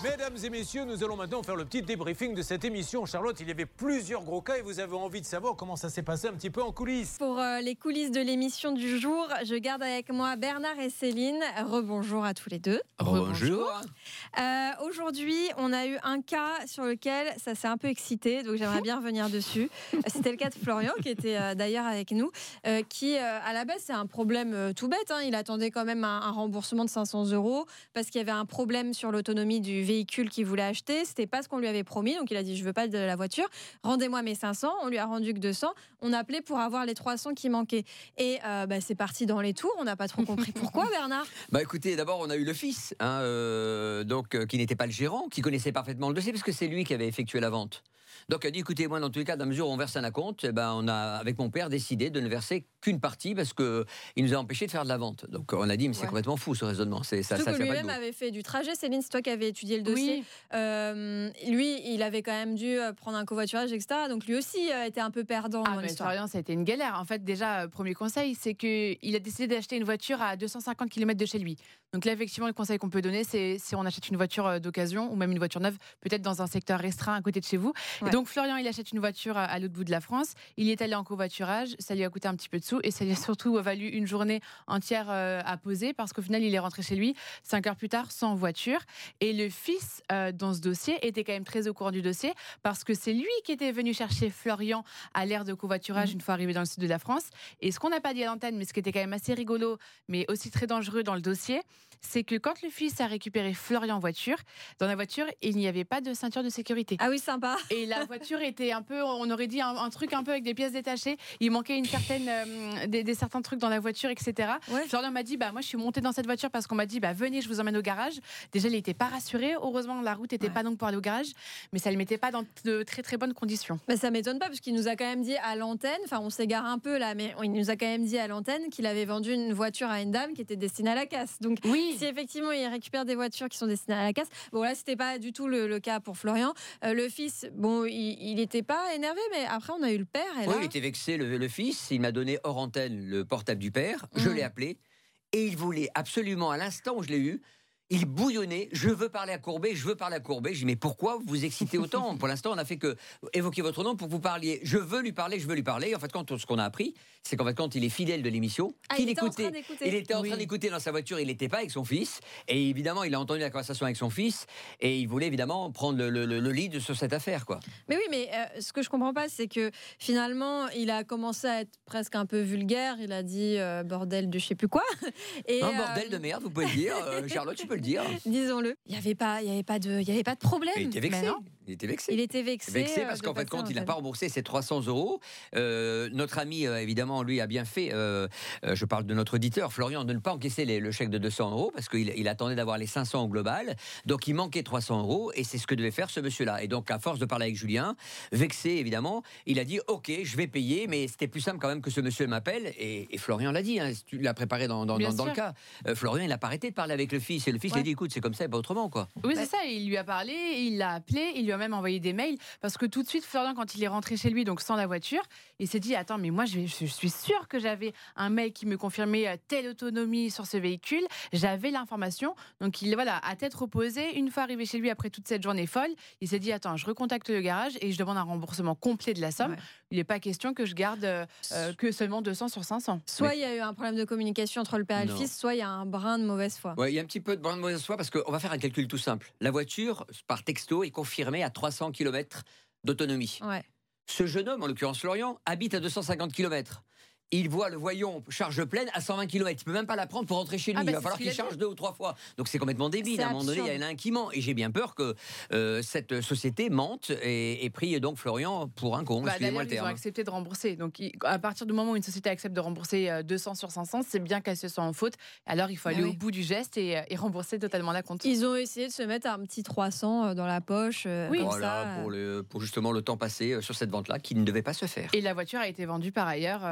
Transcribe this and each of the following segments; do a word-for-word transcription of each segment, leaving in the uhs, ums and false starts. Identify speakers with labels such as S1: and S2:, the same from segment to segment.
S1: Mesdames et messieurs, nous allons maintenant faire le petit débriefing de cette émission. Charlotte, il y avait plusieurs gros cas et vous avez envie de savoir comment ça s'est passé un petit peu en coulisses.
S2: Pour euh, les coulisses de l'émission du jour, je garde avec moi Bernard et Céline. Rebonjour à tous les deux.
S3: Bonjour.
S2: Euh, aujourd'hui, on a eu un cas sur lequel ça s'est un peu excité, donc j'aimerais bien revenir dessus. C'était le cas de Florian, qui était euh, d'ailleurs avec nous, euh, qui, euh, à la base, c'est un problème euh, tout bête. Hein. Il attendait quand même un, un remboursement de cinq cents euros parce qu'il y avait un problème sur l'autonomie du véhicule véhicule qu'il voulait acheter, c'était pas ce qu'on lui avait promis, donc il a dit je veux pas de la voiture, rendez-moi mes cinq cents, on lui a rendu que deux cents, on a appelé pour avoir les trois cents qui manquaient et euh, bah, c'est parti dans les tours, on n'a pas trop compris pourquoi. Bernard?
S3: Bah écoutez, d'abord on a eu le fils, hein, euh, donc euh, qui n'était pas le gérant, qui connaissait parfaitement le dossier parce que c'est lui qui avait effectué la vente. Donc il a dit écoutez, moi dans tous les cas, dans la mesure où on verse un acompte, eh ben, on a avec mon père décidé de ne verser qu'une partie parce que il nous a empêché de faire de la vente. Donc on a dit mais c'est ouais. complètement fou ce raisonnement. C'est ça.
S2: Surtout
S3: ça
S2: que lui-même avait fait du trajet. Céline, c'est toi qui avais étudié le dossier. Oui. Euh, lui, il avait quand même dû prendre un covoiturage, et cetera. Donc lui aussi euh, était un peu perdant.
S4: Ah, dans l'histoire. Florian, ça a été une galère. En fait, déjà, premier conseil, c'est que il a décidé d'acheter une voiture à deux cent cinquante kilomètres de chez lui. Donc là, effectivement, le conseil qu'on peut donner, c'est si on achète une voiture d'occasion ou même une voiture neuve, peut-être dans un secteur restreint à côté de chez vous. Ouais. Et donc Florian, il achète une voiture à l'autre bout de la France. Il est allé en covoiturage. Ça lui a coûté un petit peu de sous et ça lui a surtout valu une journée entière à poser parce qu'au final, il est rentré chez lui cinq heures plus tard sans voiture. Et le fils, euh, dans ce dossier, était quand même très au courant du dossier parce que c'est lui qui était venu chercher Florian à l'aire de covoiturage mmh. une fois arrivé dans le sud de la France. Et ce qu'on n'a pas dit à l'antenne, mais ce qui était quand même assez rigolo, mais aussi très dangereux dans le dossier, c'est que quand le fils a récupéré Florian en voiture, dans la voiture, il n'y avait pas de ceinture de sécurité.
S2: Ah oui, sympa.
S4: Et la voiture était un peu, on aurait dit un, un truc un peu avec des pièces détachées. Il manquait une certaine, euh, des, des certains trucs dans la voiture, et cetera. Ouais. Florian m'a dit, bah moi je suis montée dans cette voiture parce qu'on m'a dit, bah venez, je vous emmène au garage. Déjà, il n'était pas rassuré. Heureusement, la route n'était ouais. pas longue pour aller au garage, mais ça ne le mettait pas dans de très très bonnes conditions.
S2: Mais ça m'étonne pas parce qu'il nous a quand même dit à l'antenne, enfin on s'égare un peu là, mais il nous a quand même dit à l'antenne qu'il avait vendu une voiture à une dame qui était destinée à la casse. Donc oui. si effectivement il récupère des voitures qui sont destinées à la casse, bon là c'était pas du tout le, le cas pour Florian. Euh, le fils, bon il n'était pas énervé, mais après on a eu le père. Et
S3: oui,
S2: là...
S3: il était vexé, le, le fils. Il m'a donné hors antenne le portable du père. Mmh. Je l'ai appelé et il voulait absolument, à l'instant où je l'ai eu, il bouillonnait, je veux parler à Courbet, je veux parler à Courbet. Je dis mais pourquoi vous vous excitez autant? Pour l'instant, on n'a fait que évoquer votre nom pour que vous parliez. Je veux lui parler, je veux lui parler. En fait, quand ce qu'on a appris, c'est qu'en fait, quand il est fidèle de l'émission,
S2: ah,
S3: qu'il
S2: il était
S3: écoutait,
S2: en train d'écouter.
S3: il était en
S2: oui.
S3: train d'écouter dans sa voiture, il n'était pas avec son fils. Et évidemment, il a entendu la conversation avec son fils et il voulait évidemment prendre le, le, le lead sur cette affaire, quoi.
S2: Mais oui, mais euh, ce que je comprends pas, c'est que finalement, il a commencé à être presque un peu vulgaire. Il a dit euh, bordel de je sais plus quoi.
S3: Et, un bordel euh... de merde, vous pouvez le dire. Euh, Charlotte, tu peux le dire.
S2: Disons. Il n'y avait pas, il y avait pas de, il y avait pas de problème.
S3: Il était vexé. Il était vexé.
S2: Il était vexé.
S3: Vexé parce qu'en fait, quand il n'a pas remboursé ses trois cents euros, euh, notre ami, euh, évidemment, lui a bien fait. Euh, euh, je parle de notre auditeur, Florian, de ne pas encaisser les, le chèque de deux cents euros parce qu'il il attendait d'avoir les cinq cents au global. Donc, il manquait trois cents euros et c'est ce que devait faire ce monsieur-là. Et donc, à force de parler avec Julien, vexé évidemment, il a dit OK, je vais payer, mais c'était plus simple quand même que ce monsieur m'appelle. Et, et Florian l'a dit, hein, tu l'as préparé dans, dans, dans, dans le cas. Euh, Florian, il n'a pas arrêté de parler avec le fils et le fils ouais. lui a dit écoute, c'est comme ça. Autrement quoi.
S4: Oui c'est ça, il lui a parlé, il l'a appelé, il lui a même envoyé des mails parce que tout de suite Florian quand il est rentré chez lui donc sans la voiture, il s'est dit attends mais moi je, vais, je suis sûr que j'avais un mail qui me confirmait telle autonomie sur ce véhicule, j'avais l'information donc il voilà à tête reposée une fois arrivé chez lui après toute cette journée folle, il s'est dit attends je recontacte le garage et je demande un remboursement complet de la somme. Ouais. Il n'est pas question que je garde euh, que seulement deux cents sur cinq cents.
S2: Soit mais... il y a eu un problème de communication entre le père et le fils, soit il y a un brin de mauvaise foi.
S3: Ouais, il y a un petit peu de brin de mauvaise foi parce qu'on va faire un calcul tout simple. La voiture, par texto, est confirmée à trois cents kilomètres d'autonomie.
S2: Ouais.
S3: Ce jeune homme, en l'occurrence Florian, habite à deux cent cinquante kilomètres. Il voit le voyant charge pleine à cent vingt kilomètres. Il ne peut même pas la prendre pour rentrer chez lui. Ah bah il va falloir qu'il charge deux ou trois fois. Donc c'est complètement débile. C'est à un moment donné, il y en a un qui ment. Et j'ai bien peur que euh, cette société mente et, et prie donc Florian pour un con.
S4: Bah, Excusez-moi le terme. Ils ont accepté de rembourser. Donc à partir du moment où une société accepte de rembourser deux cents sur cinq cents, c'est bien qu'elle se soit en faute. Alors il faut aller ah oui. au bout du geste et, et rembourser totalement la compte.
S2: Ils ont essayé de se mettre un petit trois cents dans la poche. Euh,
S3: oui.
S2: Comme
S3: voilà,
S2: ça.
S3: Pour, le, pour justement le temps passé sur cette vente-là qui ne devait pas se faire.
S4: Et la voiture a été vendue par ailleurs. Euh,
S2: Mais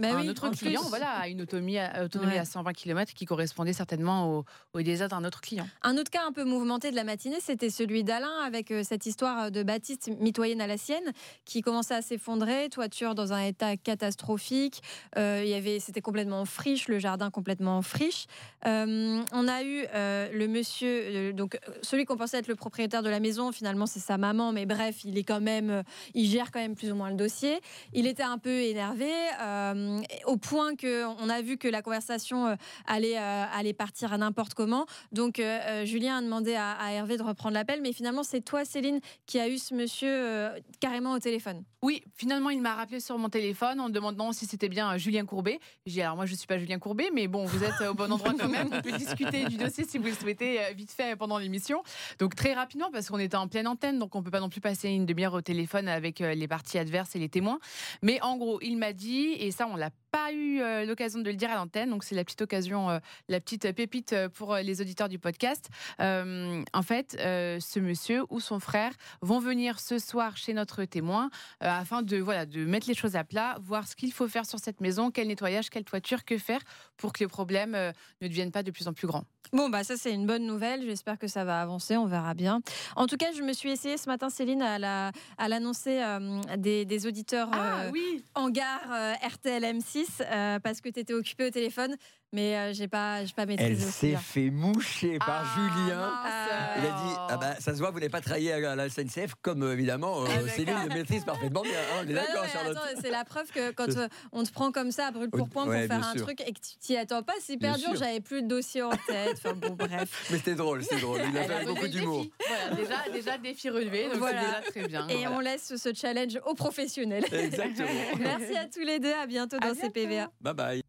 S2: Bah
S4: à
S2: oui,
S4: un autre
S2: en
S4: client,
S2: plus.
S4: voilà, à une autonomie, à, autonomie
S2: Ouais.
S4: à cent vingt kilomètres qui correspondait certainement au, au désert d'un autre client.
S2: Un autre cas un peu mouvementé de la matinée, c'était celui d'Alain avec euh, cette histoire de Baptiste mitoyenne à la sienne qui commençait à s'effondrer, toiture dans un état catastrophique. Euh, il y avait, c'était complètement en friche, le jardin complètement en friche. Euh, on a eu euh, le monsieur, euh, donc euh, celui qu'on pensait être le propriétaire de la maison, finalement c'est sa maman, mais bref, il est quand même, euh, il gère quand même plus ou moins le dossier. Il était un peu énervé, euh, au point que on a vu que la conversation euh, allait, euh, allait partir à n'importe comment. Donc euh, euh, Julien a demandé à, à Hervé de reprendre l'appel, mais finalement c'est toi, Céline, qui a eu ce monsieur euh, carrément au téléphone.
S4: Oui, finalement, il m'a rappelé sur mon téléphone en me demandant si c'était bien Julien Courbet. J'ai dit, alors moi, je ne suis pas Julien Courbet, mais bon, vous êtes au bon endroit quand même. On peut discuter du dossier si vous le souhaitez, euh, vite fait pendant l'émission. Donc, très rapidement, parce qu'on était en pleine antenne, donc on ne peut pas non plus passer une demi-heure au téléphone avec euh, les parties adverses et les témoins. Mais en gros, il m'a dit, et ça, on ne l'a pas eu euh, l'occasion de le dire à l'antenne, donc c'est la petite occasion, euh, la petite pépite pour euh, les auditeurs du podcast. Euh, en fait, euh, ce monsieur ou son frère vont venir ce soir chez notre témoin euh, afin de, voilà, de mettre les choses à plat, voir ce qu'il faut faire sur cette maison, quel nettoyage, quelle toiture, que faire pour que les problèmes euh, ne deviennent pas de plus en plus grands.
S2: Bon, bah ça c'est une bonne nouvelle. J'espère que ça va avancer. On verra bien. En tout cas, je me suis essayée ce matin, Céline, à, la, à l'annoncer euh, des, des auditeurs
S4: Ah
S2: euh,
S4: oui.
S2: en gare euh, R T L M six euh, parce que tu étais occupée au téléphone. Mais euh, j'ai pas, j'ai pas maîtrisé.
S3: Elle
S2: aussi
S3: s'est
S2: bien.
S3: fait moucher par
S4: Ah,
S3: Julien.
S4: mince.
S3: Il a dit, ah bah, ça se voit, vous n'avez pas travaillé à la S N C F, comme euh, évidemment, euh,
S4: Ah, d'accord.
S3: Céline le maîtrise parfaitement bien. Hein, on est
S2: Bah
S3: d'accord,
S2: non, mais
S3: Charlotte.
S2: attends, c'est la preuve que quand euh, on te prend comme ça à brûle pour point pour
S3: Ouais,
S2: faire
S3: bien
S2: un
S3: sûr.
S2: truc et que tu t'y attends pas, c'est hyper
S3: Bien
S2: dur.
S3: sûr.
S2: J'avais plus de dossier en tête. Enfin bon, bref.
S3: Mais c'était drôle, c'était drôle. Il a
S4: Elle a
S3: fait
S4: relevé
S3: beaucoup
S4: le
S3: d'humour.
S4: défi. Voilà, déjà, déjà défi relevé, donc
S2: Voilà.
S4: c'est déjà très bien.
S2: Et
S4: Voilà.
S2: on laisse ce challenge aux professionnels.
S3: Exactement.
S2: Merci à tous les deux. À bientôt
S4: À
S2: dans C P V A.
S3: Bye bye.